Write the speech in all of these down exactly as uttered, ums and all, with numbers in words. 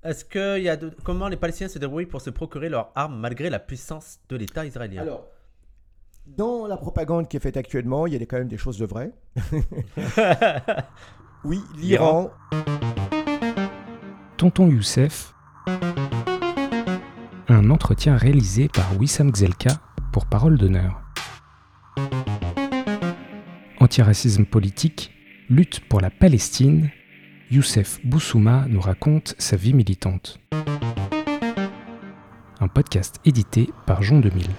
est-ce que y a de... comment les Palestiniens se débrouillent pour se procurer leurs armes malgré la puissance de l'État israélien? Alors, dans la propagande qui est faite actuellement, il y a quand même des choses de vraies. Oui, l'Iran. Tonton Youssef. Un entretien réalisé par Wissam Gzelka pour Parole d'honneur. Antiracisme politique, lutte pour la Palestine. Youssef Boussouma nous raconte sa vie militante. Un podcast édité par Jean deux mille.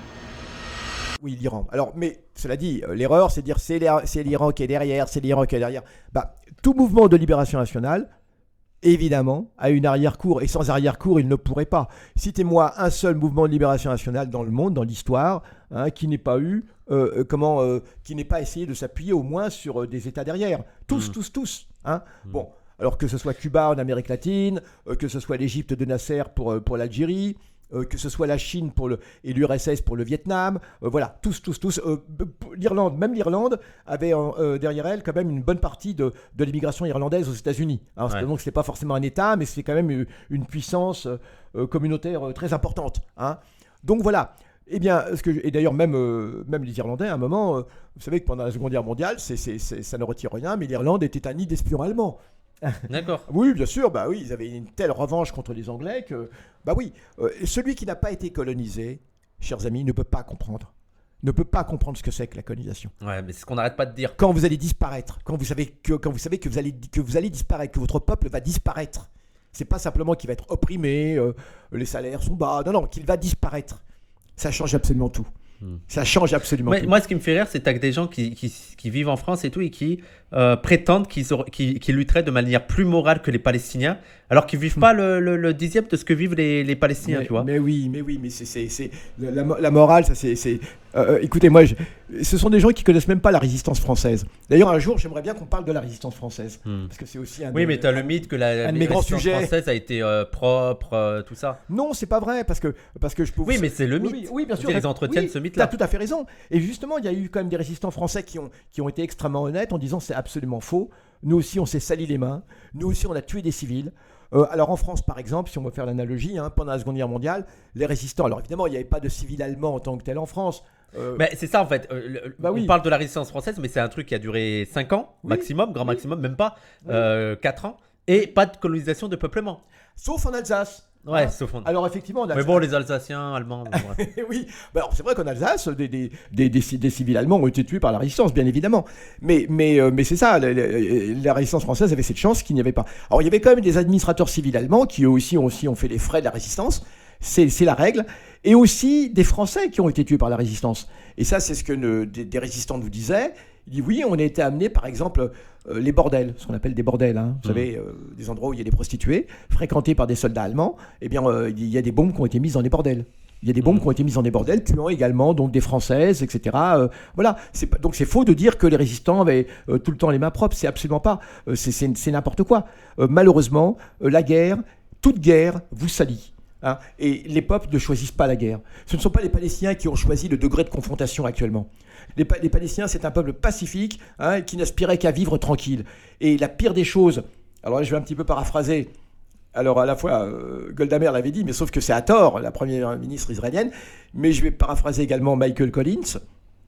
Oui, l'Iran. Alors, mais cela dit, euh, l'erreur, c'est de dire c'est, c'est l'Iran qui est derrière, c'est l'Iran qui est derrière. Bah, tout mouvement de libération nationale, évidemment, a une arrière-cour, et sans arrière-cour, il ne pourrait pas. Citez-moi un seul mouvement de libération nationale dans le monde, dans l'histoire, hein, qui n'ait pas eu, euh, comment, euh, qui n'ait pas essayé de s'appuyer au moins sur euh, des États derrière. Tous, mmh. tous, tous. Hein. Mmh. Bon, alors que ce soit Cuba en Amérique latine, euh, que ce soit l'Égypte de Nasser pour, euh, pour l'Algérie, Euh, que ce soit la Chine pour le, et l'U R S S pour le Vietnam, euh, voilà, tous, tous, tous. Euh, L'Irlande, même l'Irlande avait euh, derrière elle quand même une bonne partie de, de l'immigration irlandaise aux États-Unis. Alors, ouais. Donc, ce n'est pas forcément un État, mais c'est quand même une, une puissance euh, communautaire euh, très importante. Hein. Donc, voilà. Eh bien, ce que, et d'ailleurs, même, euh, même les Irlandais, à un moment, euh, vous savez que pendant la Seconde Guerre mondiale, c'est, c'est, c'est, ça ne retire rien, mais l'Irlande était un nid d'espions allemands. D'accord. Oui, bien sûr, bah oui, ils avaient une telle revanche contre les Anglais que, bah oui, euh, celui qui n'a pas été colonisé, chers amis, ne peut pas comprendre, ne peut pas comprendre ce que c'est que la colonisation. Ouais, mais c'est ce qu'on n'arrête pas de dire. Quand vous allez disparaître, quand vous savez que, quand vous savez que vous allez, que vous allez disparaître, que votre peuple va disparaître, c'est pas simplement qu'il va être opprimé, euh, les salaires sont bas, non, non, qu'il va disparaître. Ça change absolument tout. Hmm. Ça change absolument ouais, tout. Moi, ce qui me fait rire, c'est que t'as des gens qui, qui, qui vivent en France et tout et qui euh, prétendent qu'ils, auraient, qu'ils, qu'ils lutteraient de manière plus morale que les Palestiniens, alors qu'ils vivent hmm. pas le, le, le dixième de ce que vivent les, les Palestiniens, mais, tu vois. Mais oui, mais oui, mais c'est, c'est, c'est la, la morale, ça c'est, c'est euh, écoutez, moi, je, ce sont des gens qui connaissent même pas la résistance française. D'ailleurs, un jour, j'aimerais bien qu'on parle de la résistance française, hmm. parce que c'est aussi un. Oui, des, mais t'as le mythe que la, un de mes grands résistance sujets. française a été euh, propre, euh, tout ça. Non, c'est pas vrai, parce que parce que je peux. Oui, mais c'est le mythe. Oui, oui bien sûr. Ils entretiennent oui, ce mythe-là. T'as tout à fait raison. Et justement, il y a eu quand même des résistants français qui ont qui ont été extrêmement honnêtes en disant c'est absolument faux. Nous aussi, on s'est sali les mains. Nous aussi, on a tué des civils. Euh, alors en France, par exemple, si on veut faire l'analogie, hein, pendant la Seconde Guerre mondiale, les résistants. Alors évidemment, il n'y avait pas de civils allemands en tant que tel en France. Euh... Mais c'est ça en fait. Euh, le, bah, on oui. parle de la résistance française, mais c'est un truc qui a duré cinq ans oui. maximum, grand oui. maximum, même pas oui. euh, quatre ans, et pas de colonisation de peuplement. Sauf en Alsace. Ouais, hein. sauf en... Alors effectivement, en Alsace... Mais bon, les Alsaciens, Allemands. oui, bah, alors, c'est vrai qu'en Alsace, des, des, des, des, des civils allemands ont été tués par la résistance, bien évidemment. Mais, mais, euh, mais c'est ça, la, la, la résistance française avait cette chance qu'il n'y avait pas. Alors il y avait quand même des administrateurs civils allemands qui eux aussi ont, aussi ont fait les frais de la résistance. C'est, c'est la règle. Et aussi des Français qui ont été tués par la résistance. Et ça, c'est ce que ne, des, des résistants nous disaient. Il dit oui, on a été amenés, par exemple, euh, les bordels, ce qu'on appelle des bordels, hein, vous mmh. savez, euh, des endroits où il y a des prostituées, fréquentés par des soldats allemands. Eh bien, euh, il y a des bombes qui ont été mises dans les bordels. Il y a des bombes mmh. qui ont été mises dans des bordels, tuant également donc des Françaises, et cetera. Euh, voilà. C'est, donc c'est faux de dire que les résistants avaient euh, tout le temps les mains propres. C'est absolument pas. Euh, c'est, c'est, c'est n'importe quoi. Euh, malheureusement, euh, la guerre, toute guerre, vous salit. Hein, et les peuples ne choisissent pas la guerre. Ce ne sont pas les Palestiniens qui ont choisi le degré de confrontation actuellement. Les, pa- les Palestiniens, c'est un peuple pacifique hein, qui n'aspirait qu'à vivre tranquille. Et la pire des choses, alors là, je vais un petit peu paraphraser, alors à la fois euh, Golda Meir l'avait dit, mais sauf que c'est à tort, la première ministre israélienne, mais je vais paraphraser également Michael Collins,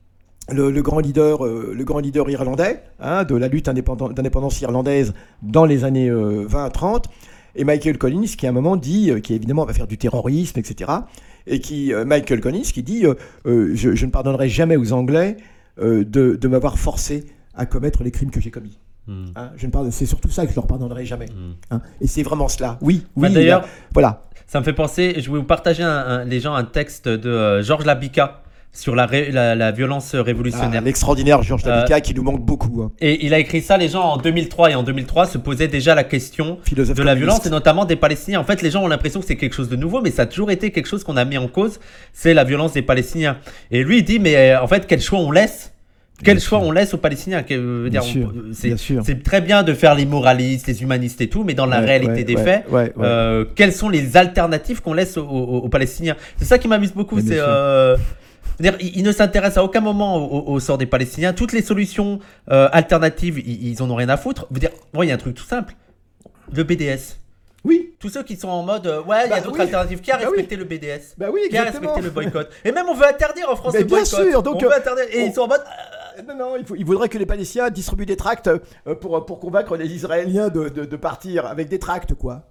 le, le, grand, leader, euh, le grand leader irlandais hein, de la lutte indépendant, d'indépendance irlandaise dans les années euh, vingt trente. Et Michael Collins, qui à un moment dit, euh, qui évidemment va faire du terrorisme, et cetera. Et qui, euh, Michael Collins, qui dit euh, euh, je, je ne pardonnerai jamais aux Anglais euh, de, de m'avoir forcé à commettre les crimes que j'ai commis. Mm. Hein, je ne pardonne, c'est surtout ça que je ne leur pardonnerai jamais. Mm. Hein, et c'est vraiment cela. Oui, oui. Bah, d'ailleurs, a, voilà. Ça me fait penser, je vais vous partager un, un, les gens un texte de euh, Georges Labica sur la, ré, la, la violence révolutionnaire. Ah, l'extraordinaire Georges Labica euh, qui nous manque beaucoup. Hein. Et il a écrit ça, les gens en deux mille trois et en deux mille trois se posaient déjà la question Philosophe de la communiste. Violence et notamment des Palestiniens. En fait, les gens ont l'impression que c'est quelque chose de nouveau, mais ça a toujours été quelque chose qu'on a mis en cause, c'est la violence des Palestiniens. Et lui, il dit, mais euh, en fait, quel choix on laisse Quel bien choix sûr. on laisse aux Palestiniens que, euh, dire, sûr, on, c'est, c'est très bien de faire les moralistes, les humanistes et tout, mais dans la ouais, réalité ouais, des ouais, faits, ouais, ouais. Euh, quelles sont les alternatives qu'on laisse aux, aux, aux Palestiniens ? C'est ça qui m'amuse beaucoup, bien c'est... Euh, Ils ne s'intéressent à aucun moment au, au sort des Palestiniens. Toutes les solutions euh, alternatives, ils, ils en ont rien à foutre. Vous dire, bon, il y a un truc tout simple. Le B D S. Oui. tous ceux qui sont en mode euh, ouais, il bah, y a d'autres oui. alternatives. Qui a bah respecté oui. le B D S? Bah oui, Qui a respecté le boycott? Et même on veut interdire en France mais le boycott. Bien sûr, donc on veut interdire. Et on... ils sont en mode. Non, non, il, faut, il faudrait que les Palestiniens distribuent des tracts pour, pour convaincre les Israéliens de, de, de partir avec des tracts, quoi.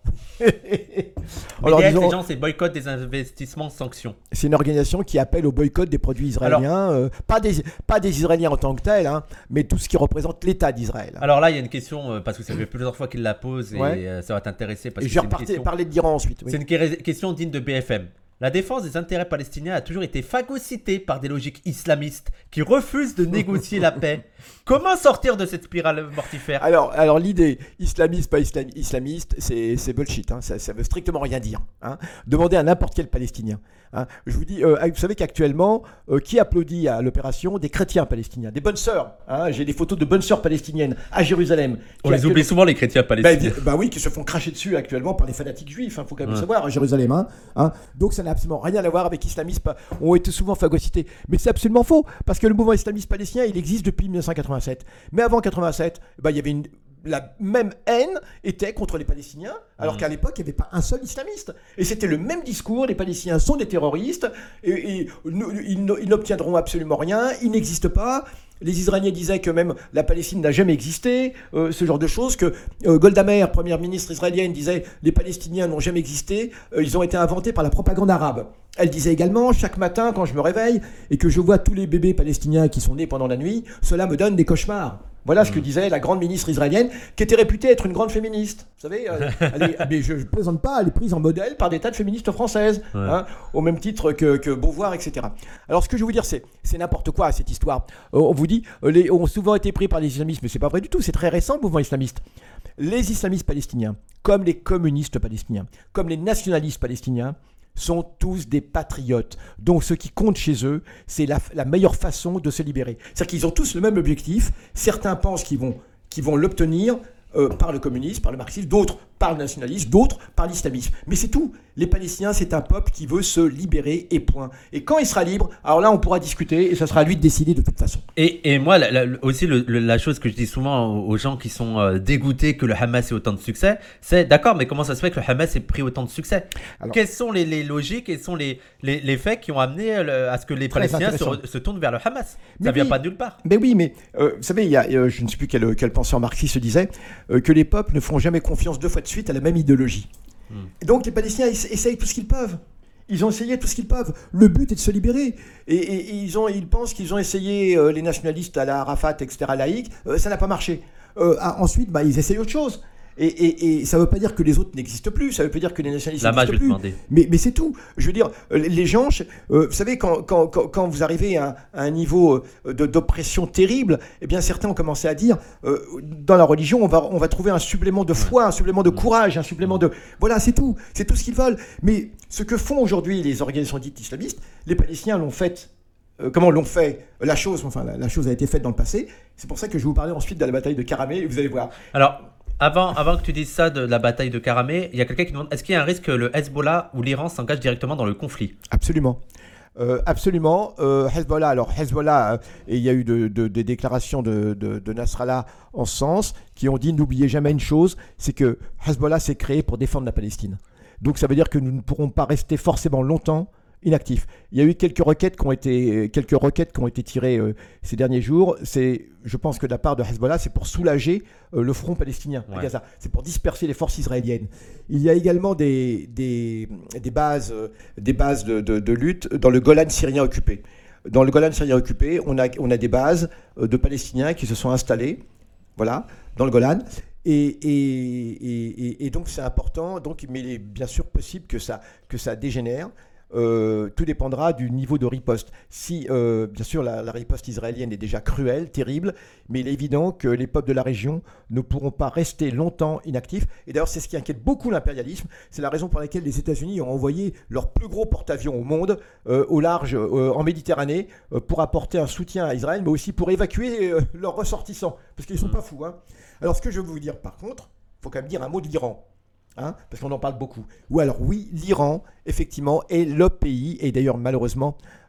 Alors, disons, les gens, c'est boycott des investissements, sanctions. C'est une organisation qui appelle au boycott des produits israéliens, alors, euh, pas, des, pas des Israéliens en tant que tels, hein, mais tout ce qui représente l'État d'Israël. Alors là, il y a une question, euh, parce que ça fait plusieurs fois qu'il la pose et ouais. euh, ça va t'intéresser. Parce et que je vais repartir parler de l'Iran ensuite. Oui. C'est une question digne de B F M. La défense des intérêts palestiniens a toujours été phagocytée par des logiques islamistes qui refusent de négocier la paix. Comment sortir de cette spirale mortifère? Alors, alors l'idée islamiste, pas islam, islamiste, c'est, c'est bullshit. Hein. Ça, ça veut strictement rien dire. Hein. Demandez à n'importe quel Palestinien. Hein. Je vous dis, euh, vous savez qu'actuellement, euh, qui applaudit à l'opération? Des chrétiens palestiniens, des bonnes sœurs. Hein. J'ai des photos de bonnes sœurs palestiniennes à Jérusalem. On les oublie souvent, les chrétiens palestiniens. Bah, bah oui, qui se font cracher dessus actuellement par les fanatiques juifs. Il hein, faut quand même ouais. le savoir, à Jérusalem. Hein. Hein. Donc ça n'a absolument rien à voir avec l'islamisme. On été souvent phagocytés. Mais c'est absolument faux, parce que le mouvement islamiste palestinien, il existe depuis dix-neuf cent quatre-vingt-sept. Mais avant quatre-vingt-sept, bah, il y avait une... la même haine était contre les Palestiniens, alors mmh. qu'à l'époque, il n'y avait pas un seul islamiste. Et c'était le même discours, les Palestiniens sont des terroristes, et, et ils, ils n'obtiendront absolument rien, ils n'existent pas. Les Israéliens disaient que même la Palestine n'a jamais existé, euh, ce genre de choses, que euh, Golda Meir, première ministre israélienne, disait les Palestiniens n'ont jamais existé, euh, ils ont été inventés par la propagande arabe. Elle disait également, chaque matin quand je me réveille et que je vois tous les bébés palestiniens qui sont nés pendant la nuit, cela me donne des cauchemars. Voilà ce que disait la grande ministre israélienne, qui était réputée être une grande féministe. Vous savez, euh, elle est, mais je ne plaisante pas, elle est prise en modèle par des tas de féministes françaises, ouais. hein, au même titre que, que Beauvoir, et cetera. Alors ce que je veux vous dire, c'est, c'est n'importe quoi cette histoire. Euh, on vous dit, euh, les ont souvent été pris par les islamistes, mais c'est pas vrai du tout, c'est très récent le mouvement islamiste. Les islamistes palestiniens, comme les communistes palestiniens, comme les nationalistes palestiniens, sont tous des patriotes. Donc ce qui compte chez eux, c'est la, la meilleure façon de se libérer. C'est-à-dire qu'ils ont tous le même objectif. Certains pensent qu'ils vont, qu'ils vont l'obtenir euh, par le communisme, par le marxisme, d'autres par le nationalisme, d'autres par l'islamisme. Mais c'est tout. Les Palestiniens, c'est un peuple qui veut se libérer et point. Et quand il sera libre, alors là, on pourra discuter et ça sera à lui de décider de toute façon. Et, et moi, la, la, aussi, le, le, la chose que je dis souvent aux, aux gens qui sont euh, dégoûtés que le Hamas ait autant de succès, c'est d'accord, mais comment ça se fait que le Hamas ait pris autant de succès? alors, Quelles sont les, les logiques, quels sont les, les, les faits qui ont amené le, à ce que les Palestiniens se, se tournent vers le Hamas? Mais Ça ne vient oui, pas de nulle part. Mais oui, mais euh, vous savez, il y a, euh, je ne sais plus quel, quel penseur marxiste disait euh, que les peuples ne feront jamais confiance deux fois de suite à la même idéologie. Hmm. Et donc les Palestiniens essayent tout ce qu'ils peuvent. Ils ont essayé tout ce qu'ils peuvent. Le but est de se libérer. Et, et, et ils, ont, ils pensent qu'ils ont essayé euh, les nationalistes à la Arafat, et cetera, laïque. Euh, ça n'a pas marché. Euh, ah, ensuite, bah, ils essayent autre chose. Et, et, et ça ne veut pas dire que les autres n'existent plus, ça ne veut pas dire que les nationalistes Là, n'existent plus. Mais, mais c'est tout. Je veux dire, les gens, euh, vous savez, quand, quand, quand, quand vous arrivez à, à un niveau de, d'oppression terrible, eh bien certains ont commencé à dire, euh, dans la religion, on va, on va trouver un supplément de foi, un supplément de courage, un supplément de... Voilà, c'est tout. C'est tout ce qu'ils veulent. Mais ce que font aujourd'hui les organisations dites islamistes, les Palestiniens l'ont fait. Euh, comment l'ont fait la chose, enfin la, la chose a été faite dans le passé. C'est pour ça que je vais vous parler ensuite de la bataille de Karameh, et vous allez voir. Alors... Avant, avant que tu dises ça de la bataille de Karameh, il y a quelqu'un qui demande est-ce qu'il y a un risque que le Hezbollah ou l'Iran s'engagent directement dans le conflit? Absolument. Euh, absolument. Euh, Hezbollah, alors Hezbollah, euh, et il y a eu de, de, des déclarations de, de, de Nasrallah en ce sens, qui ont dit n'oubliez jamais une chose, c'est que Hezbollah s'est créé pour défendre la Palestine. Donc ça veut dire que nous ne pourrons pas rester forcément longtemps inactifs. Il y a eu quelques requêtes qui ont été, quelques requêtes qui ont été tirées euh, ces derniers jours. C'est, je pense que de la part de Hezbollah, c'est pour soulager euh, le front palestinien ouais. à Gaza. C'est pour disperser les forces israéliennes. Il y a également des, des, des bases, euh, des bases de, de, de lutte dans le Golan syrien occupé. Dans le Golan syrien occupé, on a, on a des bases euh, de Palestiniens qui se sont installés, voilà, dans le Golan. Et, et, et, et donc c'est important. Donc, mais il est bien sûr possible que ça, que ça dégénère. Euh, tout dépendra du niveau de riposte. Si, euh, bien sûr, la, la riposte israélienne est déjà cruelle, terrible, mais il est évident que les peuples de la région ne pourront pas rester longtemps inactifs. Et d'ailleurs, c'est ce qui inquiète beaucoup l'impérialisme. C'est la raison pour laquelle les États-Unis ont envoyé leur plus gros porte-avions au monde, euh, au large, euh, en Méditerranée, euh, pour apporter un soutien à Israël, mais aussi pour évacuer euh, leurs ressortissants, parce qu'ils ne sont pas fous. Hein. Alors, ce que je veux vous dire, par contre, il faut quand même dire un mot de l'Iran. Hein, parce qu'on en parle beaucoup. Ou alors oui, l'Iran, effectivement, est le pays, et d'ailleurs malheureusement,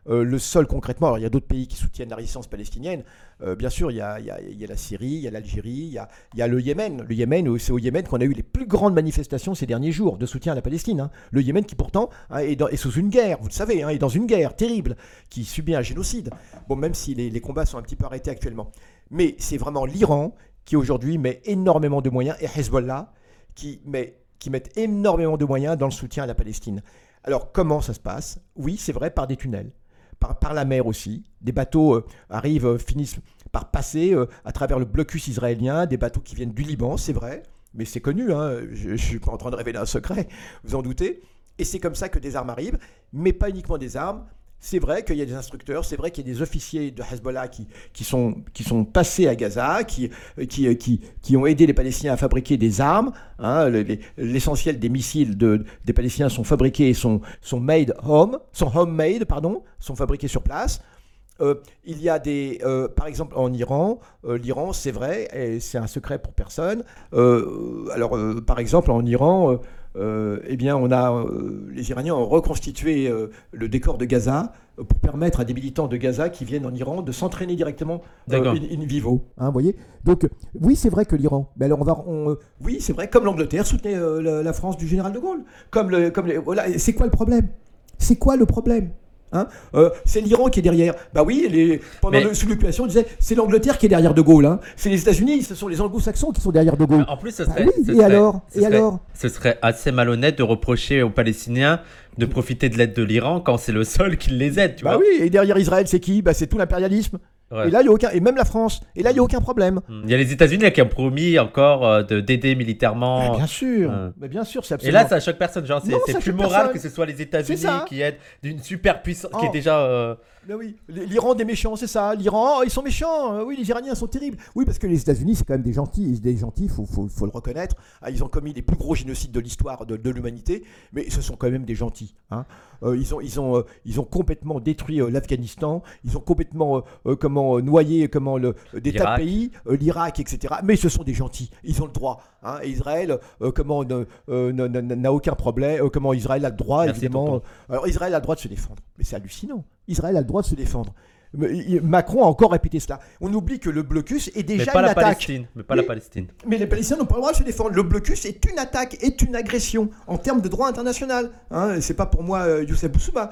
euh, le seul concrètement, alors il y a d'autres pays qui soutiennent la résistance palestinienne, euh, bien sûr, il y, a, il, y a, il y a la Syrie, il y a l'Algérie, il y a, il y a le Yémen. Le Yémen, c'est au Yémen qu'on a eu les plus grandes manifestations ces derniers jours de soutien à la Palestine. Hein. Le Yémen qui pourtant hein, est, dans, est sous une guerre, vous le savez, hein, est dans une guerre terrible, qui subit un génocide. Bon, même si les, les combats sont un petit peu arrêtés actuellement. Mais c'est vraiment l'Iran qui aujourd'hui met énormément de moyens, et Hezbollah qui, met, qui met énormément de moyens dans le soutien à la Palestine. Alors comment ça se passe ? Oui, c'est vrai, par des tunnels. Par, par la mer aussi. Des bateaux euh, arrivent, euh, finissent par passer euh, à travers le blocus israélien, des bateaux qui viennent du Liban, c'est vrai, mais c'est connu, hein, je ne suis pas en train de révéler un secret, vous en doutez. Et c'est comme ça que des armes arrivent, mais pas uniquement des armes. C'est vrai qu'il y a des instructeurs, c'est vrai qu'il y a des officiers de Hezbollah qui, qui, sont, qui sont passés à Gaza, qui, qui, qui, qui ont aidé les Palestiniens à fabriquer des armes. Hein, les, l'essentiel des missiles de, des Palestiniens sont fabriqués et sont, sont made home, sont homemade, pardon, sont fabriqués sur place. Euh, il y a des, euh, par exemple en Iran, euh, l'Iran c'est vrai, et c'est un secret pour personne. Euh, alors euh, par exemple en Iran, euh, euh, eh bien on a, euh, les Iraniens ont reconstitué euh, le décor de Gaza euh, pour permettre à des militants de Gaza qui viennent en Iran de s'entraîner directement euh, in, in vivo. Hein, voyez. Donc oui c'est vrai que l'Iran, mais alors on va, on, euh, oui c'est vrai comme l'Angleterre soutenait euh, la, la France du général de Gaulle. Comme le, comme les, voilà, c'est quoi le problème ? C'est quoi le problème ? Hein euh, c'est l'Iran qui est derrière. Bah oui, les, pendant le, sous l'occupation, on disait c'est l'Angleterre qui est derrière De Gaulle. Hein. C'est les États-Unis, ce sont les Anglo-Saxons qui sont derrière De Gaulle. En plus, ce serait, bah oui, ce et serait, alors, ce et serait, alors ce serait assez malhonnête de reprocher aux Palestiniens de profiter de l'aide de l'Iran quand c'est le seul qui les aide. Tu bah vois. oui, et derrière Israël, c'est qui ? Bah c'est tout l'impérialisme. Ouais. Et là, il y a aucun, et même la France. Et là, il y a aucun problème. Il y a les États-Unis qui ont promis encore euh, de d'aider militairement. Mais bien sûr, euh... mais bien sûr, c'est absolument. Et là, ça choque personne. Genre, c'est, non, c'est plus moral personne. Que ce soit les États-Unis qui aident d'une super puissance oh. qui est déjà. Euh... Ben oui, l'Iran des méchants, c'est ça. L'Iran, oh, ils sont méchants. Oui, les Iraniens sont terribles. Oui, parce que les États-Unis, c'est quand même des gentils. Des gentils, faut, faut, faut le reconnaître. Ah, ils ont commis les plus gros génocides de l'histoire de, de l'humanité, mais ce sont quand même des gentils. Hein. Euh, ils ont, ils ont, euh, ils ont complètement détruit euh, l'Afghanistan. Ils ont complètement, euh, comment, euh, noyé, comment le, des L'Irak. tas de pays, euh, l'Irak, et cetera. Mais ce sont des gentils. Ils ont le droit. Hein. Et Israël, euh, comment, ne, euh, n'a aucun problème. Euh, comment Israël a le droit, Merci évidemment. Alors Israël a le droit de se défendre. Mais c'est hallucinant. Israël a le droit de se défendre. Macron a encore répété cela. On oublie que le blocus est déjà mais pas une la attaque. Palestine, mais pas mais, la Palestine. Mais les Palestiniens n'ont pas le droit de se défendre. Le blocus est une attaque, est une agression en termes de droit international. Hein, c'est pas pour moi euh, Youssef Boussouma.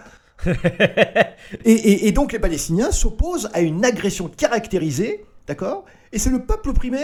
et, et, et donc les Palestiniens s'opposent à une agression caractérisée, d'accord ? Et c'est le peuple opprimé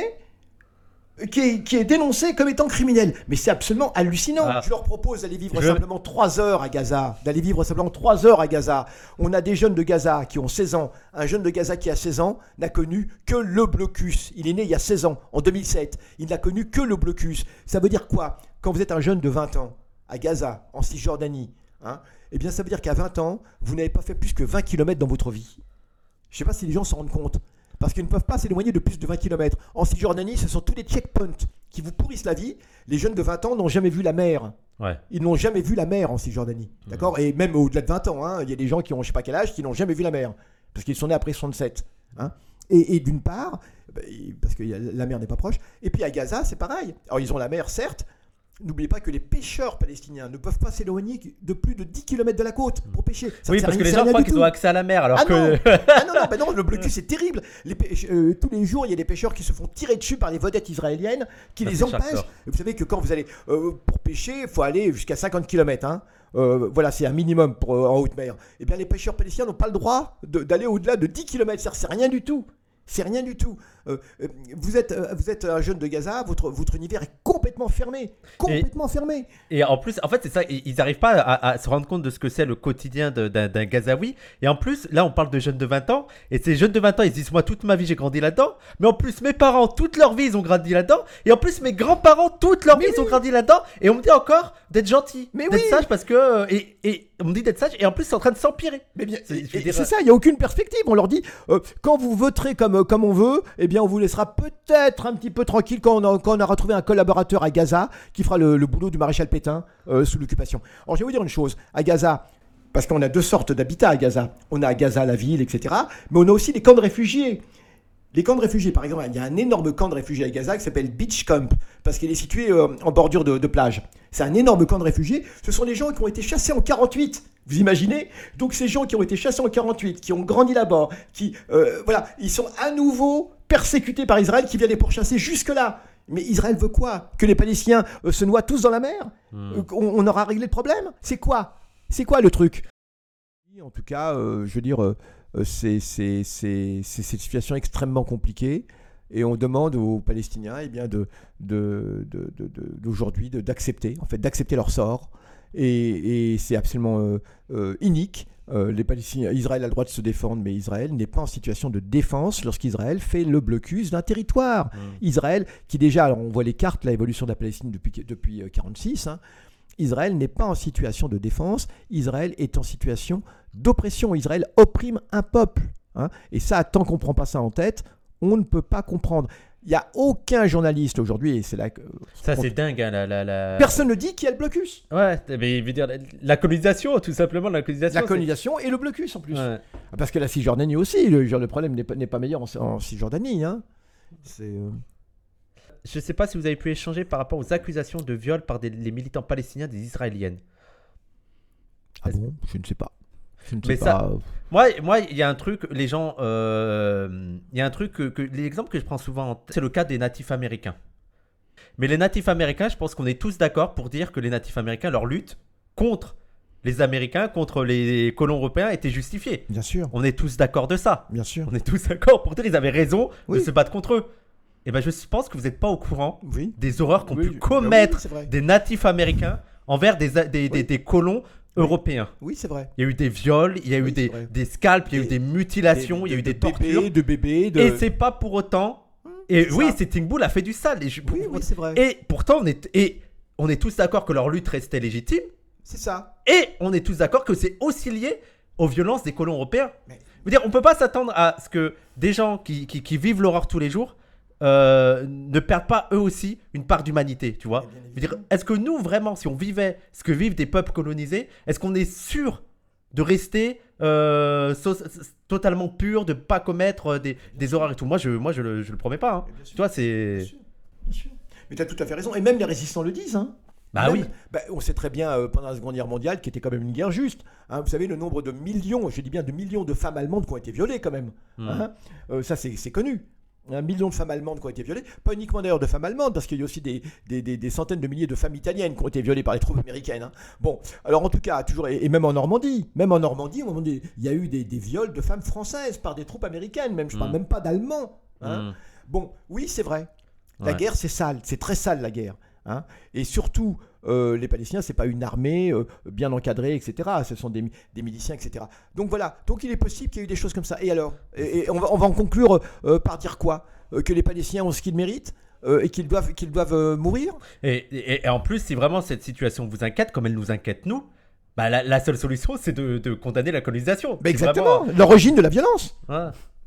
Qui est, qui est dénoncé comme étant criminel. Mais c'est absolument hallucinant. Ah. Je leur propose d'aller vivre Je... simplement trois heures à Gaza. D'aller vivre simplement trois heures à Gaza. On a des jeunes de Gaza qui ont seize ans. Un jeune de Gaza qui a seize ans n'a connu que le blocus. Il est né il y a seize ans, en deux mille sept. Il n'a connu que le blocus. Ça veut dire quoi ? Quand vous êtes un jeune de vingt ans, à Gaza, en Cisjordanie, hein, eh bien ça veut dire qu'à vingt ans, vous n'avez pas fait plus que vingt kilomètres dans votre vie. Je ne sais pas si les gens s'en rendent compte. Parce qu'ils ne peuvent pas s'éloigner de plus de vingt kilomètres. En Cisjordanie, ce sont tous les checkpoints qui vous pourrissent la vie. Les jeunes de vingt ans n'ont jamais vu la mer. Ouais. Ils n'ont jamais vu la mer en Cisjordanie. Mmh. D'accord ? Et même au-delà de vingt ans, hein, il y a des gens qui ont je ne sais pas quel âge qui n'ont jamais vu la mer. Parce qu'ils sont nés après soixante-sept. Hein. Et, et d'une part, parce que la mer n'est pas proche. Et puis à Gaza, c'est pareil. Alors ils ont la mer, certes. N'oubliez pas que les pêcheurs palestiniens ne peuvent pas s'éloigner de plus de dix kilomètres de la côte pour pêcher. Ça oui, parce que les gens croient qu'ils ont accès à la mer. Alors ah, que... non. ah non, non, bah non, le blocus c'est terrible. Les pêche... euh, tous les jours, il y a des pêcheurs qui se font tirer dessus par les vedettes israéliennes qui ça les empêchent. Et vous savez que quand vous allez euh, pour pêcher, il faut aller jusqu'à cinquante kilomètres. Hein. Euh, voilà, c'est un minimum pour, euh, en haute mer. Et bien les pêcheurs palestiniens n'ont pas le droit de, d'aller au-delà de dix kilomètres. C'est rien du tout. C'est rien du tout. Euh, vous, êtes, euh, vous êtes un jeune de Gaza, votre, votre univers est complètement fermé. Complètement et, fermé. Et en plus, en fait, c'est ça, ils n'arrivent pas à, à se rendre compte de ce que c'est le quotidien de, d'un, d'un Gazaoui. Et en plus, là, on parle de jeunes de vingt ans. Et ces jeunes de vingt ans, ils disent, moi, toute ma vie, j'ai grandi là-dedans. Mais en plus, mes parents, toute leur vie, ils ont grandi là-dedans. Et en plus, mes grands-parents, toute leur vie, oui. ils ont grandi là-dedans. Et on me dit encore d'être gentil, mais d'être oui. sage parce que... Et, et on me dit d'être sage. Et en plus, c'est en train de s'empirer. Mais bien, c'est, dire, c'est ça, il n'y a aucune perspective. On leur dit, euh, quand vous voterez comme, comme on veut, eh bien, on vous laissera peut-être un petit peu tranquille quand on a, quand on a retrouvé un collaborateur à Gaza qui fera le, le boulot du maréchal Pétain euh, sous l'occupation. Alors, je vais vous dire une chose. À Gaza, parce qu'on a deux sortes d'habitats à Gaza. On a à Gaza la ville, et cetera. Mais on a aussi des camps de réfugiés. Les camps de réfugiés, par exemple, il y a un énorme camp de réfugiés à Gaza qui s'appelle Beach Camp, parce qu'il est situé euh, en bordure de, de plage. C'est un énorme camp de réfugiés. Ce sont des gens qui ont été chassés en quarante-huit. Vous imaginez ? Donc ces gens qui ont été chassés en quarante-huit, qui ont grandi là-bas, qui, euh, voilà, ils sont à nouveau persécutés par Israël qui vient les pourchasser jusque-là. Mais Israël veut quoi ? Que les Palestiniens euh, se noient tous dans la mer ? mmh. euh, on, on aura réglé le problème ? C'est quoi ? C'est quoi le truc ? En tout cas, euh, je veux dire... Euh, C'est, c'est, c'est, c'est cette situation extrêmement compliquée et on demande aux Palestiniens eh bien, de, de, de, de, de, d'aujourd'hui de, d'accepter, en fait, d'accepter leur sort et, et c'est absolument euh, euh, inique. Euh, les Palestiniens, Israël a le droit de se défendre, mais Israël n'est pas en situation de défense lorsqu'Israël fait le blocus d'un territoire. Mmh. Israël, qui déjà, alors on voit les cartes, l'évolution de la Palestine depuis depuis mille neuf cent quarante-six, hein, Israël n'est pas en situation de défense, Israël est en situation d'oppression. Israël opprime un peuple. Hein, et ça, tant qu'on ne prend pas ça en tête, on ne peut pas comprendre. Il n'y a aucun journaliste aujourd'hui, et c'est là que... Ça, c'est dingue. Hein, la, la, la... Personne ne dit qu'il y a le blocus. Ouais, mais il veut dire la colonisation, tout simplement. La colonisation, la colonisation et le blocus, en plus. Ouais. Parce que la Cisjordanie aussi, le, genre, le problème n'est pas, n'est pas meilleur en, en Cisjordanie. Hein. C'est... Euh... Je ne sais pas si vous avez pu échanger par rapport aux accusations de viol par des, les militants palestiniens des Israéliennes. Ah Est-ce... bon ? Je ne sais pas. Je ne sais Mais pas. Ça, moi, moi, il y a un truc, les gens, il euh, y a un truc que, que l'exemple que je prends souvent, en tête, c'est le cas des natifs américains. Mais les natifs américains, je pense qu'on est tous d'accord pour dire que les natifs américains, leur lutte contre les Américains, contre les colons européens, était justifiée. Bien sûr. On est tous d'accord de ça. Bien sûr. On est tous d'accord pour dire qu'ils avaient raison oui. de se battre contre eux. Et ben, je pense que vous n'êtes pas au courant oui. des horreurs qu'ont oui, pu commettre oui, des natifs américains envers des, des, des, oui. des colons oui. européens. Oui, c'est vrai. Il y a eu des viols, il y a eu oui, des, des scalps, il y a eu des mutilations, des, il y a eu des de tortures. Bébés, de bébés. De... Et c'est pas pour autant. Et c'est oui, ça. Sitting Bull a fait du sale. Et je... Oui, oui, c'est vrai. Et pourtant, on est, et on est tous d'accord que leur lutte restait légitime. C'est ça. Et on est tous d'accord que c'est aussi lié aux violences des colons européens. Mais... Je veux dire, on peut pas s'attendre à ce que des gens qui, qui, qui vivent l'horreur tous les jours Euh, ne perdent pas eux aussi une part d'humanité, tu vois. Je veux dire, est-ce que nous, vraiment, si on vivait ce que vivent des peuples colonisés, est-ce qu'on est sûr de rester euh, so- totalement pur, de ne pas commettre des, des horreurs et tout ? Moi, je moi, je le, je le promets pas. Hein. Tu vois, c'est... Bien sûr, bien sûr. Mais tu as tout à fait raison. Et même les résistants le disent. Hein. Bah même, oui. Bah, on sait très bien, euh, pendant la Seconde Guerre mondiale, qui était quand même une guerre juste. Hein, vous savez, le nombre de millions, je dis bien de millions de femmes allemandes qui ont été violées quand même. Mmh. Hein, euh, ça, c'est, c'est connu. Un million de femmes allemandes qui ont été violées, pas uniquement d'ailleurs de femmes allemandes, parce qu'il y a aussi des, des, des, des centaines de milliers de femmes italiennes qui ont été violées par les troupes américaines. Hein. Bon, alors en tout cas, toujours, et, et même en Normandie, même en Normandie, au moment des, il y a eu des, des viols de femmes françaises par des troupes américaines, même je ne parle mmh. même pas d'Allemands. Hein. Mmh. Bon, oui, c'est vrai. La ouais. guerre, c'est sale, c'est très sale la guerre. Hein. Et surtout, euh, les Palestiniens, c'est pas une armée euh, bien encadrée, et cetera. Ce sont des, des miliciens, et cetera. Donc voilà. Donc il est possible qu'il y ait eu des choses comme ça. Et alors, et, et on, va, on va en conclure euh, par dire quoi ? euh, Que les Palestiniens ont ce qu'ils méritent euh, et qu'ils doivent, qu'ils doivent euh, mourir. Et, et, et en plus, si vraiment cette situation vous inquiète, comme elle nous inquiète nous, bah la, la seule solution, c'est de, de condamner la colonisation. Bah exactement. Vraiment... L'origine de la violence. Ouais.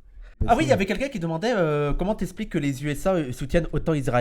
Ah oui, il y avait quelqu'un qui demandait euh, comment t'expliques que les U S A soutiennent autant Israël ?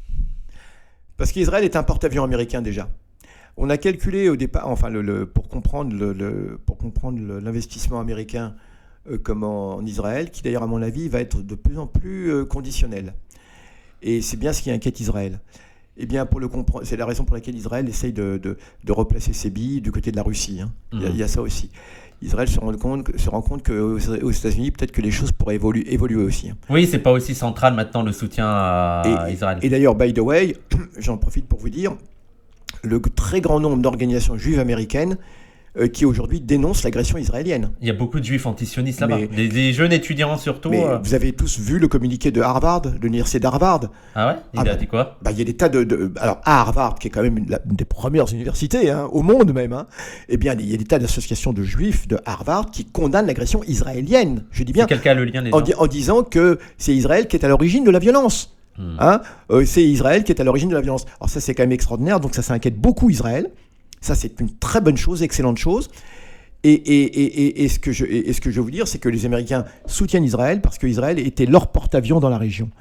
Parce qu'Israël est un porte-avions américain déjà. On a calculé au départ, enfin, le, le, pour comprendre, le, le, pour comprendre le, l'investissement américain euh, comme en, en Israël, qui d'ailleurs, à mon avis, va être de plus en plus euh, conditionnel. Et c'est bien ce qui inquiète Israël. Eh bien, pour le comprendre, c'est la raison pour laquelle Israël essaye de, de, de replacer ses billes du côté de la Russie. Hein. Mmh. Il, y a, il y a ça aussi. Israël se rend compte, se rend compte qu'aux aux États-Unis, peut-être que les choses pourraient évoluer, évoluer aussi. Oui, c'est pas aussi central maintenant le soutien à et, Israël. Et d'ailleurs, by the way, j'en profite pour vous dire, le très grand nombre d'organisations juives américaines euh, qui aujourd'hui dénoncent l'agression israélienne. Il y a beaucoup de juifs antisionistes là-bas, mais, des, des jeunes étudiants surtout. Mais euh... vous avez tous vu le communiqué de Harvard, de l'université d'Harvard. Ah ouais ? Il ah a bah, dit quoi ? Bah, il y a des tas de, de... Alors, à Harvard, qui est quand même une, une des premières universités, hein, au monde même, hein, eh bien, il y a des tas d'associations de juifs de Harvard qui condamnent l'agression israélienne. Je dis bien. Si quelqu'un a le lien, les en, di- en disant que c'est Israël qui est à l'origine de la violence. Hmm. Hein, euh, c'est Israël qui est à l'origine de la violence. Alors ça, c'est quand même extraordinaire, donc ça, ça inquiète beaucoup Israël. Ça, c'est une très bonne chose, excellente chose. Et, et, et, et, et, ce que je, et, et ce que je veux vous dire, c'est que les Américains soutiennent Israël parce qu'Israël était leur porte-avions dans la région.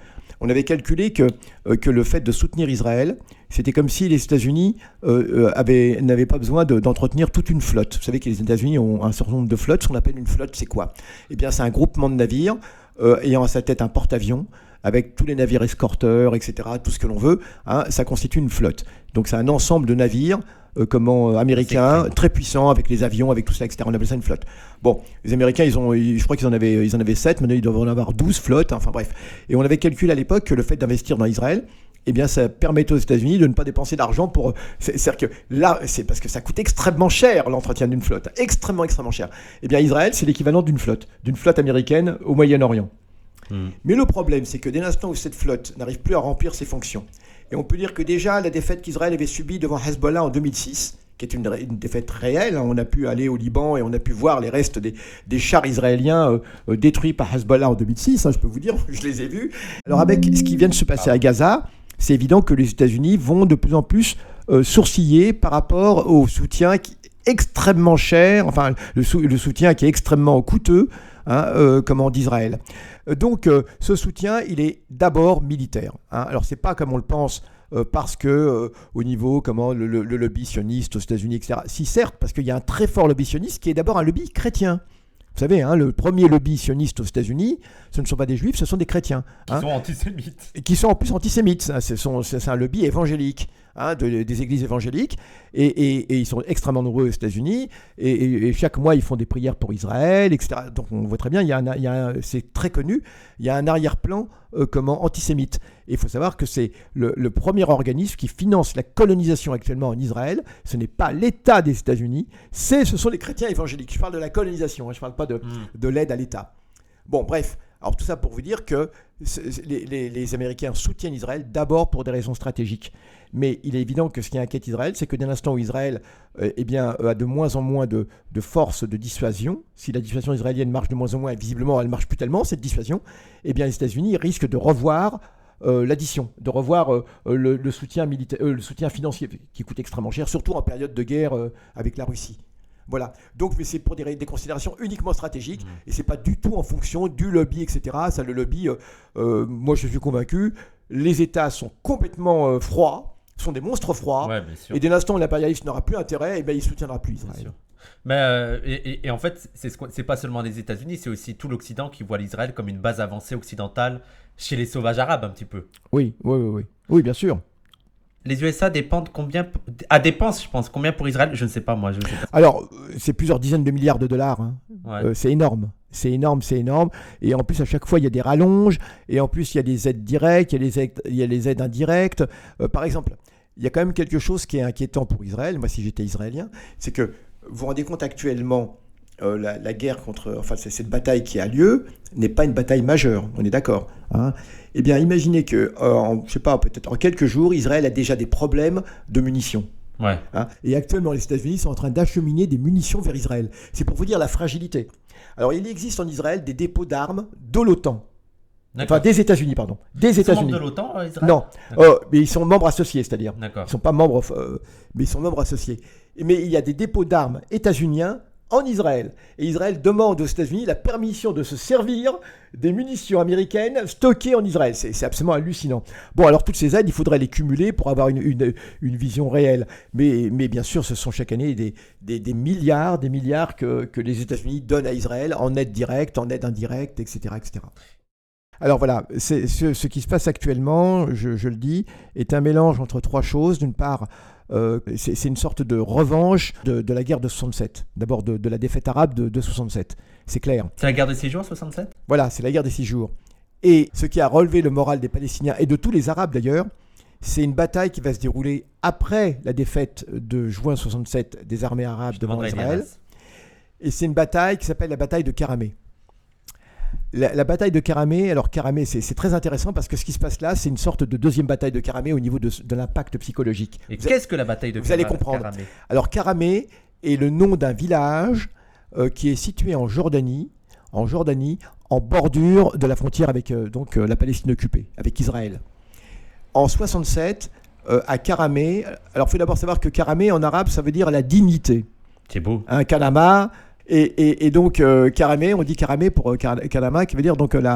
on avait calculé que, euh, que le fait de soutenir Israël, c'était comme si les États-Unis euh, avaient, n'avaient pas besoin de, d'entretenir toute une flotte. Vous savez que les États-Unis ont un certain nombre de flottes. Ce qu'on appelle une flotte, c'est quoi ? Eh bien, c'est un groupement de navires euh, ayant à sa tête un porte-avions, avec tous les navires escorteurs, et cetera, tout ce que l'on veut. Hein, ça constitue une flotte. Donc, c'est un ensemble de navires euh, comment, euh, américains, très puissants, avec les avions, avec tout ça, et cetera. On appelle ça une flotte. Bon, les Américains, ils ont, ils, je crois qu'ils en avaient, ils en avaient sept, maintenant ils doivent en avoir douze flottes. Hein, enfin bref. Et on avait calculé à l'époque que le fait d'investir dans Israël, eh bien, ça permet aux États-Unis de ne pas dépenser d'argent pour. C'est, c'est-à-dire que là, c'est parce que ça coûte extrêmement cher l'entretien d'une flotte, extrêmement, extrêmement cher. Eh bien, Israël, c'est l'équivalent d'une flotte, d'une flotte américaine au Moyen-Orient. Mmh. Mais le problème, c'est que dès l'instant où cette flotte n'arrive plus à remplir ses fonctions, et on peut dire que déjà la défaite qu'Israël avait subie devant Hezbollah en deux mille six, qui est une, une défaite réelle, hein, on a pu aller au Liban et on a pu voir les restes des, des chars israéliens euh, euh, détruits par Hezbollah en deux mille six, hein, je peux vous dire, je les ai vus. Alors avec ce qui vient de se passer à Gaza, c'est évident que les États-Unis vont de plus en plus euh, sourciller par rapport au soutien qui est extrêmement cher, enfin le, sou- le soutien qui est extrêmement coûteux, hein, euh, comment d'Israël. Donc euh, ce soutien, il est d'abord militaire. Hein. Alors c'est pas comme on le pense euh, parce que euh, au niveau comment le, le, le lobby sioniste aux États-Unis, et cetera. Si certes, parce qu'il y a un très fort lobby sioniste qui est d'abord un lobby chrétien. Vous savez, hein, le premier lobby sioniste aux États-Unis, ce ne sont pas des juifs, ce sont des chrétiens. Qui hein, sont antisémites. Et qui sont en plus antisémites. Hein, c'est, son, c'est un lobby évangélique, hein, de, des églises évangéliques. Et, et, et ils sont extrêmement nombreux aux États-Unis. Et, et, et chaque mois, ils font des prières pour Israël, et cetera. Donc on voit très bien, il y a un, il y a un, c'est très connu, il y a un arrière-plan euh, comment, antisémite. Et il faut savoir que c'est le, le premier organisme qui finance la colonisation actuellement en Israël. Ce n'est pas l'État des États-Unis, c'est, ce sont les chrétiens évangéliques. Je parle de la colonisation, hein, je ne parle pas de, mmh. de l'aide à l'État. Bon, bref. Alors tout ça pour vous dire que les, les, les Américains soutiennent Israël d'abord pour des raisons stratégiques. Mais il est évident que ce qui inquiète Israël, c'est que dès l'instant où Israël euh, eh bien, a de moins en moins de, de force de dissuasion, si la dissuasion israélienne marche de moins en moins, et visiblement elle ne marche plus tellement, cette dissuasion, eh bien les États-Unis risquent de revoir euh, l'addition, de revoir euh, le, le, soutien militaire, euh, le soutien financier qui coûte extrêmement cher, surtout en période de guerre euh, avec la Russie. Voilà. Donc, mais c'est pour des, des considérations uniquement stratégiques, mmh. et c'est pas du tout en fonction du lobby, et cetera. Ça, le lobby, euh, euh, moi, je suis convaincu, les États sont complètement euh, froids, sont des monstres froids, ouais, et dès l'instant où l'impérialisme n'aura plus intérêt, eh ben, il soutiendra plus Israël. Mais euh, et, et, et en fait, c'est, c'est pas seulement les États-Unis, c'est aussi tout l'Occident qui voit l'Israël comme une base avancée occidentale chez les sauvages arabes, un petit peu. Oui, oui, oui, oui, oui, bien sûr. Les U S A dépendent combien à dépenses, je pense, combien pour Israël ? Je ne sais pas, moi. Je sais pas. Alors, c'est plusieurs dizaines de milliards de dollars. Hein. Ouais. Euh, c'est énorme. C'est énorme, c'est énorme. Et en plus, à chaque fois, il y a des rallonges. Et en plus, il y a des aides directes, il y a les aides, il y a les aides indirectes. Euh, par exemple, il y a quand même quelque chose qui est inquiétant pour Israël. Moi, si j'étais israélien, c'est que vous vous rendez compte actuellement, euh, la, la guerre contre... Enfin, c'est, cette bataille qui a lieu n'est pas une bataille majeure. On est d'accord, hein. Eh bien, imaginez que, euh, en, je sais pas, peut-être en quelques jours, Israël a déjà des problèmes de munitions. Ouais. Hein, et actuellement, les États-Unis sont en train d'acheminer des munitions vers Israël. C'est pour vous dire la fragilité. Alors, il existe en Israël des dépôts d'armes de l'OTAN. D'accord. Enfin, des États-Unis, pardon. Des ils États-Unis. Sont membres de l'OTAN, euh, Israël ? Non, euh, mais ils sont membres associés, c'est-à-dire. D'accord. Ils ne sont pas membres, euh, mais ils sont membres associés. Mais il y a des dépôts d'armes états-uniens en Israël. Et Israël demande aux États-Unis la permission de se servir des munitions américaines stockées en Israël. C'est, c'est absolument hallucinant. Bon, alors toutes ces aides, il faudrait les cumuler pour avoir une, une, une vision réelle. Mais, mais bien sûr, ce sont chaque année des, des, des milliards, des milliards que, que les États-Unis donnent à Israël en aide directe, en aide indirecte, et cetera, et cetera. Alors voilà, c'est, ce, ce qui se passe actuellement, je, je le dis, est un mélange entre trois choses. D'une part, Euh, c'est, c'est une sorte de revanche de, de la guerre de soixante-sept. D'abord de, de la défaite arabe de, de soixante-sept. C'est clair. C'est la guerre des six jours, soixante-sept ? Voilà, c'est la guerre des six jours. Et ce qui a relevé le moral des Palestiniens et de tous les Arabes d'ailleurs, c'est une bataille qui va se dérouler après la défaite de juin soixante-sept des armées arabes devant Israël. Et c'est une bataille qui s'appelle la bataille de Karamé. La, la bataille de Karamé, alors Karamé, c'est, c'est très intéressant parce que ce qui se passe là, c'est une sorte de deuxième bataille de Karamé au niveau de, de l'impact psychologique. Et vous qu'est-ce a, que la bataille de Vous Karamé, allez comprendre. Karamé. Alors Karamé est le nom d'un village euh, qui est situé en Jordanie, en Jordanie, en bordure de la frontière avec euh, donc euh, la Palestine occupée, avec Israël. En soixante-sept, euh, à Karamé, alors il faut d'abord savoir que Karamé en arabe, ça veut dire la dignité. C'est beau. Un Kalama. Et, et, et donc, euh, Karamé, on dit Karamé pour euh, Kalama, qui veut dire donc euh, la,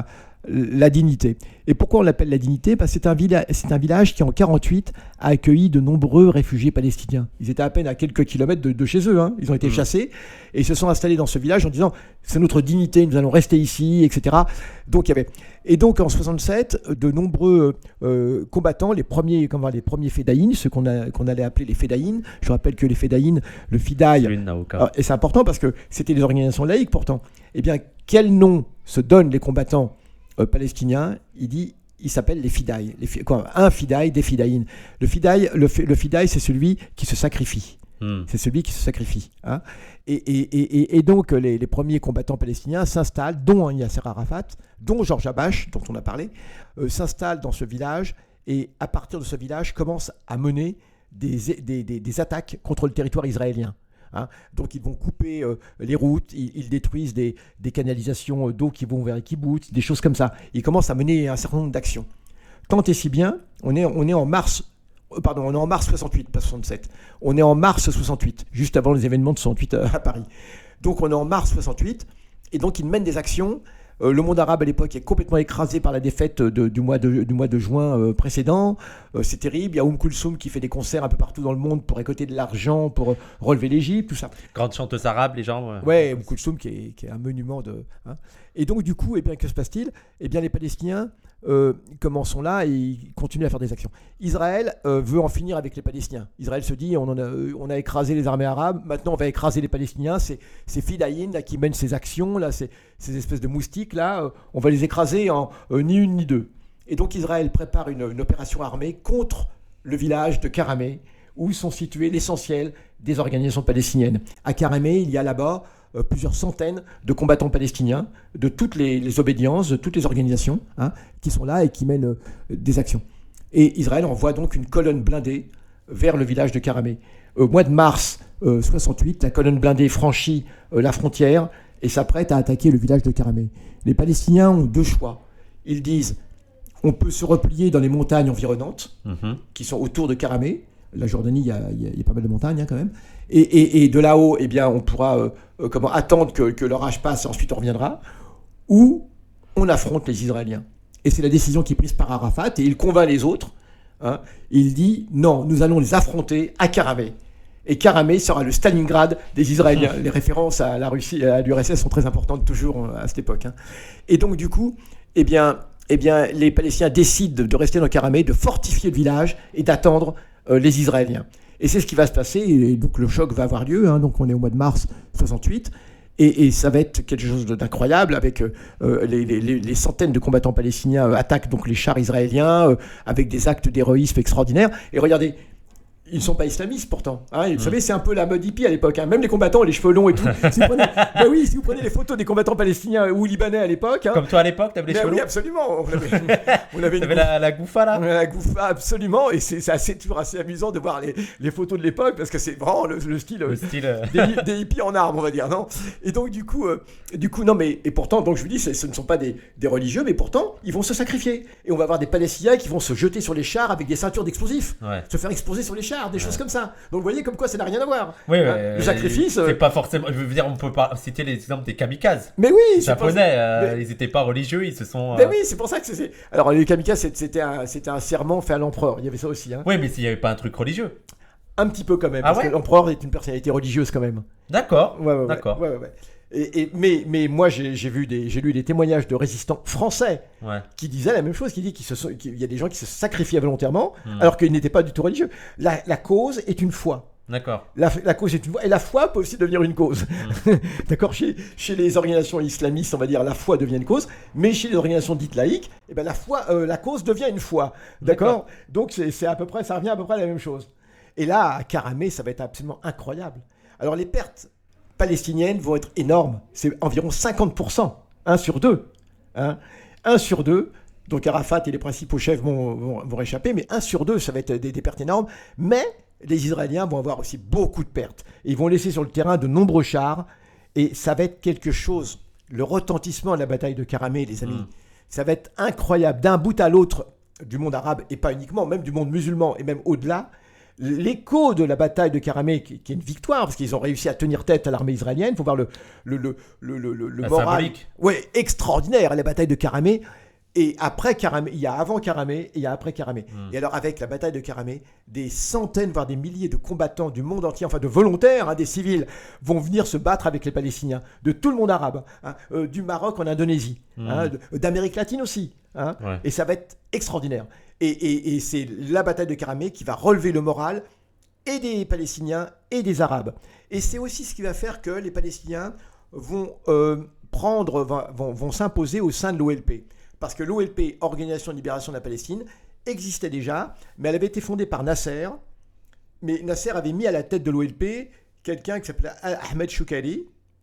la dignité. Et pourquoi on l'appelle la dignité ? Parce que c'est un, villa- c'est un village qui, en quarante-huit, a accueilli de nombreux réfugiés palestiniens. Ils étaient à peine à quelques kilomètres de, de chez eux. Hein. Ils ont été mmh. chassés et ils se sont installés dans ce village en disant « c'est notre dignité, nous allons rester ici, et cetera » Donc, il y avait... Et donc, en soixante-sept, de nombreux euh, combattants, les premiers, comment, les premiers fédaïnes, ceux qu'on, a, qu'on allait appeler les fédaïnes, je rappelle que les fédaïnes, le Fidaï, euh, et c'est important parce que c'était des organisations laïques pourtant, eh bien, quel nom se donnent les combattants euh, palestiniens ? Il dit, il s'appelle les Fidaï. Les, quoi, un Fidaï, des Fidaïnes. Le Fidaï, le, le Fidaï, c'est celui qui se sacrifie. Hmm. C'est celui qui se sacrifie. Hein. Et, et, et, et donc, les, les premiers combattants palestiniens s'installent, dont Yasser Arafat, dont Georges Habash, dont on a parlé, euh, s'installent dans ce village et, à partir de ce village, commencent à mener des, des, des, des attaques contre le territoire israélien. Hein. Donc, ils vont couper euh, les routes, ils, ils détruisent des, des canalisations d'eau qui vont vers les kibboutz, des choses comme ça. Ils commencent à mener un certain nombre d'actions. Tant et si bien, on est, on est en mars Pardon, on est en mars soixante-huit, pas soixante-sept. On est en mars soixante-huit, juste avant les événements de soixante-huit à Paris. Donc on est en mars soixante-huit, et donc ils mènent des actions. Euh, le monde arabe à l'époque est complètement écrasé par la défaite de, du, mois de, du mois de juin euh, précédent. Euh, c'est terrible. Il y a Oum Kulsoum qui fait des concerts un peu partout dans le monde pour récolter de l'argent, pour euh, relever l'Égypte, tout ça. Grande chanteuse arabe, les gens. Ouais, ouais Oum Kulsoum qui est, qui est un monument de. Hein. Et donc du coup, eh bien, que se passe-t-il ? Eh bien, les Palestiniens euh, commencent là et ils continuent à faire des actions. Israël euh, veut en finir avec les Palestiniens. Israël se dit, on, en a, on a écrasé les armées arabes, maintenant on va écraser les Palestiniens. C'est, c'est Fidaïn là qui mène ces actions là, ces, ces espèces de moustiques là. Euh, on va les écraser en euh, ni une ni deux. Et donc Israël prépare une, une opération armée contre le village de Karameh, où sont situés l'essentiel des organisations palestiniennes. À Karameh, il y a là-bas euh, plusieurs centaines de combattants palestiniens, de toutes les, les obédiences, de toutes les organisations, hein, qui sont là et qui mènent euh, des actions. Et Israël envoie donc une colonne blindée vers le village de Karameh. Au mois de mars euh, soixante-huit, la colonne blindée franchit euh, la frontière et s'apprête à attaquer le village de Karameh. Les Palestiniens ont deux choix. Ils disent, on peut se replier dans les montagnes environnantes, mmh. qui sont autour de Karameh. La Jordanie, il y, y, y a pas mal de montagnes hein, quand même. Et, et, et de là-haut, eh bien, on pourra euh, euh, comment, attendre que, que l'orage passe et ensuite on reviendra. Ou on affronte les Israéliens. Et c'est la décision qui est prise par Arafat et il convainc les autres. Hein. Il dit, non, nous allons les affronter à Karameh. Et Karameh sera le Stalingrad des Israéliens. Les références à la Russie et à l'U R S S sont très importantes toujours à cette époque. Hein. Et donc du coup, eh bien, eh bien, les Palestiniens décident de rester dans Karameh, de fortifier le village et d'attendre euh, les Israéliens. Et c'est ce qui va se passer, et donc le choc va avoir lieu, hein, donc on est au mois de mars soixante-huit, et, et ça va être quelque chose d'incroyable, avec euh, les, les, les centaines de combattants palestiniens euh, attaquent donc les chars israéliens, euh, avec des actes d'héroïsme extraordinaires, et regardez, ils ne sont pas islamistes pourtant. Hein. Vous mmh. savez, c'est un peu la mode hippie à l'époque. Hein. Même les combattants, les cheveux longs et tout. Si vous prenez, bah oui, si vous prenez les photos des combattants palestiniens ou libanais à l'époque. Hein. Comme toi à l'époque, tu avais les cheveux oui, longs. Absolument. On avait, on avait une la, la gouffa là. La gouffa, absolument. Et c'est, c'est assez, toujours assez amusant de voir les, les photos de l'époque parce que c'est vraiment le, le style, le style euh... des, des hippies en armes, on va dire, non. Et donc du coup, euh, du coup, non, mais et pourtant, donc je vous dis, ce ne sont pas des, des religieux, mais pourtant, ils vont se sacrifier. Et on va avoir des Palestiniens qui vont se jeter sur les chars avec des ceintures d'explosifs, ouais. se faire exploser sur les chars, des ouais. choses comme ça. Donc vous voyez comme quoi ça n'a rien à voir. Oui, hein, ouais, le sacrifice. C'est euh... pas forcément. Je veux dire, on peut pas citer les exemples des kamikazes. Mais oui, les Japonais, euh, mais... ils n'étaient pas religieux, ils se sont. Euh... Mais oui, c'est pour ça que c'est. Alors les kamikazes, c'était un, c'était un serment fait à l'empereur. Il y avait ça aussi. Hein. Oui, mais s'il n'y avait pas un truc religieux. Un petit peu quand même, ah parce ouais que l'empereur est une personnalité religieuse quand même. D'accord. Ouais, ouais, D'accord. Ouais, ouais, ouais. Et, et, mais, mais moi, j'ai, j'ai, vu des, j'ai lu des témoignages de résistants français ouais. qui disaient la même chose, qui dit qu'il, se sont, qu'il y a des gens qui se sacrifiaient volontairement, mmh. alors qu'ils n'étaient pas du tout religieux. La, la cause est une foi. D'accord. La, la cause est une foi, et la foi peut aussi devenir une cause. Mmh. D'accord. Chez, chez les organisations islamistes, on va dire la foi devient une cause, mais chez les organisations dites laïques, eh ben la foi, euh, la cause devient une foi. D'accord. D'accord. Donc c'est, c'est à peu près, ça revient à peu près à la même chose. Et là, à Karameh, ça va être absolument incroyable. Alors les pertes palestiniennes vont être énormes. C'est environ cinquante pour cent, un sur deux. Hein. un sur deux. Donc Arafat et les principaux chefs vont, vont, vont réchapper, mais un sur deux, ça va être des, des pertes énormes. Mais les Israéliens vont avoir aussi beaucoup de pertes. Et ils vont laisser sur le terrain de nombreux chars. Et ça va être quelque chose. Le retentissement de la bataille de Karameh, les amis, mmh. ça va être incroyable. D'un bout à l'autre du monde arabe, et pas uniquement, même du monde musulman, et même au-delà, l'écho de la bataille de Karameh, qui, qui est une victoire, parce qu'ils ont réussi à tenir tête à l'armée israélienne, il faut voir le, le, le, le, le, le la moral symbolique. Ouais, extraordinaire, la bataille de Karameh. Et après Karamé, il y a avant Karamé et il y a après Karamé. Mm. Et alors avec la bataille de Karamé, des centaines, voire des milliers de combattants du monde entier, enfin de volontaires, hein, des civils, vont venir se battre avec les Palestiniens, de tout le monde arabe, hein, euh, du Maroc en Indonésie, mm. hein, de, d'Amérique latine aussi. Hein, ouais. Et ça va être extraordinaire. Et, et, et c'est la bataille de Karamé qui va relever le moral et des Palestiniens et des Arabes. Et c'est aussi ce qui va faire que les Palestiniens vont, euh, prendre, vont, vont s'imposer au sein de l'O L P. Parce que l'O L P, Organisation de Libération de la Palestine, existait déjà, mais elle avait été fondée par Nasser. Mais Nasser avait mis à la tête de l'O L P quelqu'un qui s'appelait Ahmed Choukali,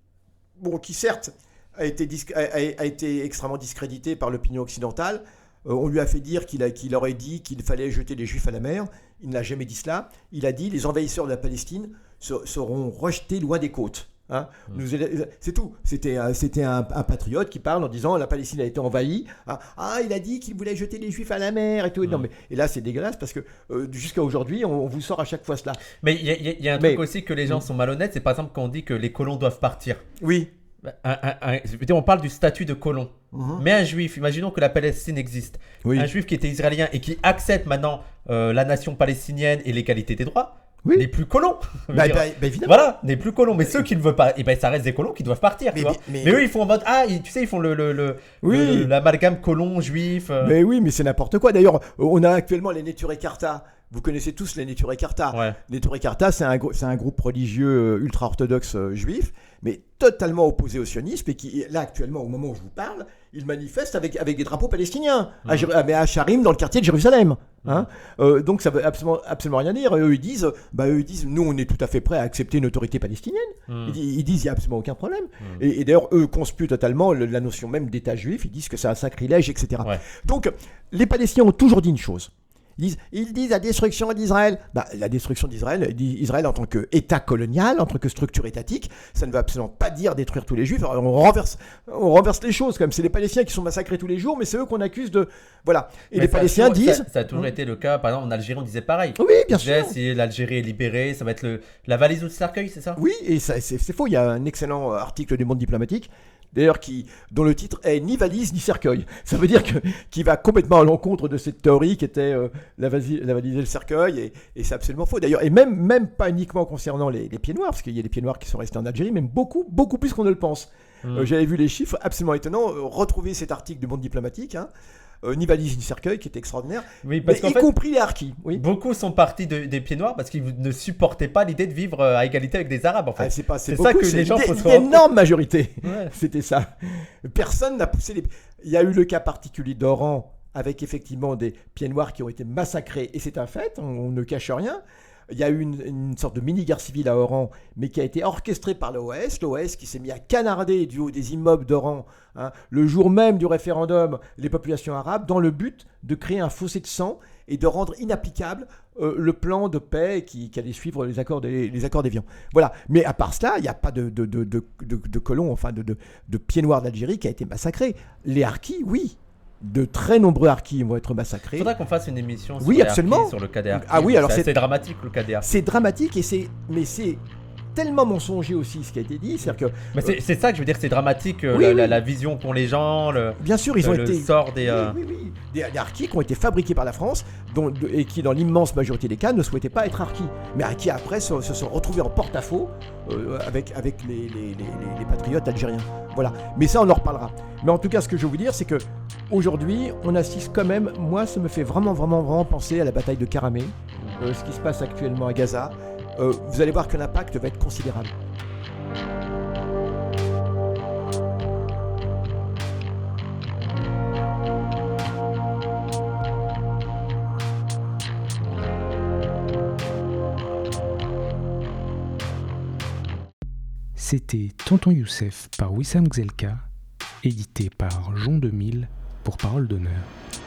bon, qui certes a été, disc- a, a été extrêmement discrédité par l'opinion occidentale. Euh, on lui a fait dire qu'il, a, qu'il aurait dit qu'il fallait jeter les Juifs à la mer. Il n'a jamais dit cela. Il a dit les envahisseurs de la Palestine ser- seront rejetés loin des côtes. Hein, mmh. nous, c'est tout. C'était, c'était un, un patriote qui parle en disant la Palestine a été envahie. Hein, ah, il a dit qu'il voulait jeter les Juifs à la mer et tout. Mmh. Non, mais, et là, c'est dégueulasse parce que euh, jusqu'à aujourd'hui, on, on vous sort à chaque fois cela. Mais il y, y, y a un mais, truc aussi que les gens mmh. sont malhonnêtes. C'est par exemple quand on dit que les colons doivent partir. Oui. Un, un, un, on parle du statut de colon. Mmh. Mais un juif, imaginons que la Palestine existe. Oui. Un juif qui était israélien et qui accepte maintenant euh, la nation palestinienne et l'égalité des droits. Oui. N'est plus colons. Bah, bah, bah, évidemment. Voilà, n'est plus colons. Mais, mais ceux qui ne veulent pas, et ben ça reste des colons qui doivent partir. Mais, tu vois mais, mais, mais eux, ils font en mode ah, ils, tu sais, ils font le, le, le, oui. le l'amalgame colon juif. Euh... Mais oui, mais c'est n'importe quoi. D'ailleurs, on a actuellement les Neturei Karta. Vous connaissez tous les Neturei Karta. Ouais. Neturei Karta, c'est un, c'est un groupe religieux ultra-orthodoxe euh, juif, mais totalement opposé au sionisme et qui, là, actuellement, au moment où je vous parle, ils manifestent avec, avec des drapeaux palestiniens, mmh. à, à, à Sharim, dans le quartier de Jérusalem. Hein mmh. euh, donc, ça ne veut absolument, absolument rien dire. Eux, ils disent, bah, eux, ils disent, nous, on est tout à fait prêts à accepter une autorité palestinienne. Mmh. Ils, ils disent, il n'y a absolument aucun problème. Mmh. Et, et d'ailleurs, eux conspuent totalement le, la notion même d'État juif. Ils disent que c'est un sacrilège, et cetera. Ouais. Donc, les Palestiniens ont toujours dit une chose. Ils disent, ils disent la destruction d'Israël. Bah, la destruction d'Israël, Israël en tant qu'État colonial, en tant que structure étatique, ça ne veut absolument pas dire détruire tous les Juifs. Alors, on renverse, on renverse les choses, comme c'est les Palestiniens qui sont massacrés tous les jours, mais c'est eux qu'on accuse de, voilà. Et mais les Palestiniens toujours, disent. Ça, ça a toujours hum. été le cas. Par exemple, en Algérie, on disait pareil. Oui, bien sûr. Disait, si l'Algérie est libérée, ça va être le, la valise ou le cercueil, c'est ça ? Oui, et ça, c'est, c'est faux. Il y a un excellent article du Monde diplomatique. D'ailleurs, qui, dont le titre est ni valise ni cercueil. Ça veut dire que, qu'il va complètement à l'encontre de cette théorie qui était euh, la, valise, la valise et le cercueil, et, et c'est absolument faux. D'ailleurs, et même, même pas uniquement concernant les, les pieds noirs, parce qu'il y a des pieds noirs qui sont restés en Algérie, même beaucoup, beaucoup plus qu'on ne le pense. Mmh. Euh, j'avais vu les chiffres absolument étonnants. Euh, retrouvez cet article du Monde diplomatique, hein. Euh, ni valise ni cercueil, qui était extraordinaire, oui, parce mais y fait, compris les harkis. Oui. Beaucoup sont partis de, des pieds noirs parce qu'ils ne supportaient pas l'idée de vivre à égalité avec des Arabes. En fait. Ah, c'est pas, c'est c'est beaucoup, ça que c'est les gens une, font. Une énorme majorité. Ouais. C'était ça. Personne n'a poussé les. Il y a eu le cas particulier d'Oran avec effectivement des pieds noirs qui ont été massacrés, et c'est un fait, on, on ne cache rien. Il y a eu une, une sorte de mini-guerre civile à Oran, mais qui a été orchestrée par l'O A S. L'O A S qui s'est mis à canarder du haut des immeubles d'Oran, hein, le jour même du référendum, les populations arabes, dans le but de créer un fossé de sang et de rendre inapplicable euh, le plan de paix qui, qui allait suivre les accords, de, les accords d'Évian. Voilà. Mais à part cela, il n'y a pas de, de, de, de, de, de colons, enfin de, de, de pieds noirs d'Algérie qui a été massacré. Les harkis, oui. De très nombreux harkis vont être massacrés. Il faudra qu'on fasse une émission sur, oui, les absolument. harkis, sur le cas des harkis. Ah oui, alors c'est, c'est, c'est dramatique le cas des harkis. C'est dramatique, et c'est, mais c'est tellement mensonger aussi ce qui a été dit. C'est-à-dire que, mais c'est, euh, c'est ça que je veux dire, c'est dramatique, oui, la, oui. La, la vision qu'ont les gens, le, bien sûr, ils le, ont le été, sort des... Euh... Oui, oui, oui. Des, des harkis qui ont été fabriqués par la France dont, de, et qui, dans l'immense majorité des cas, ne souhaitaient pas être harkis, mais qui après se, se sont retrouvés en porte-à-faux euh, avec, avec les, les, les, les, les patriotes algériens. Voilà. Mais ça, on en reparlera. Mais en tout cas, ce que je veux vous dire, c'est que aujourd'hui, on assiste quand même, moi, ça me fait vraiment, vraiment, vraiment penser à la bataille de Karamé, euh, ce qui se passe actuellement à Gaza. Euh, vous allez voir que l'impact va être considérable. C'était Tonton Youssef par Wissam Gzelka, édité par Jean deux mille pour Parole d'honneur.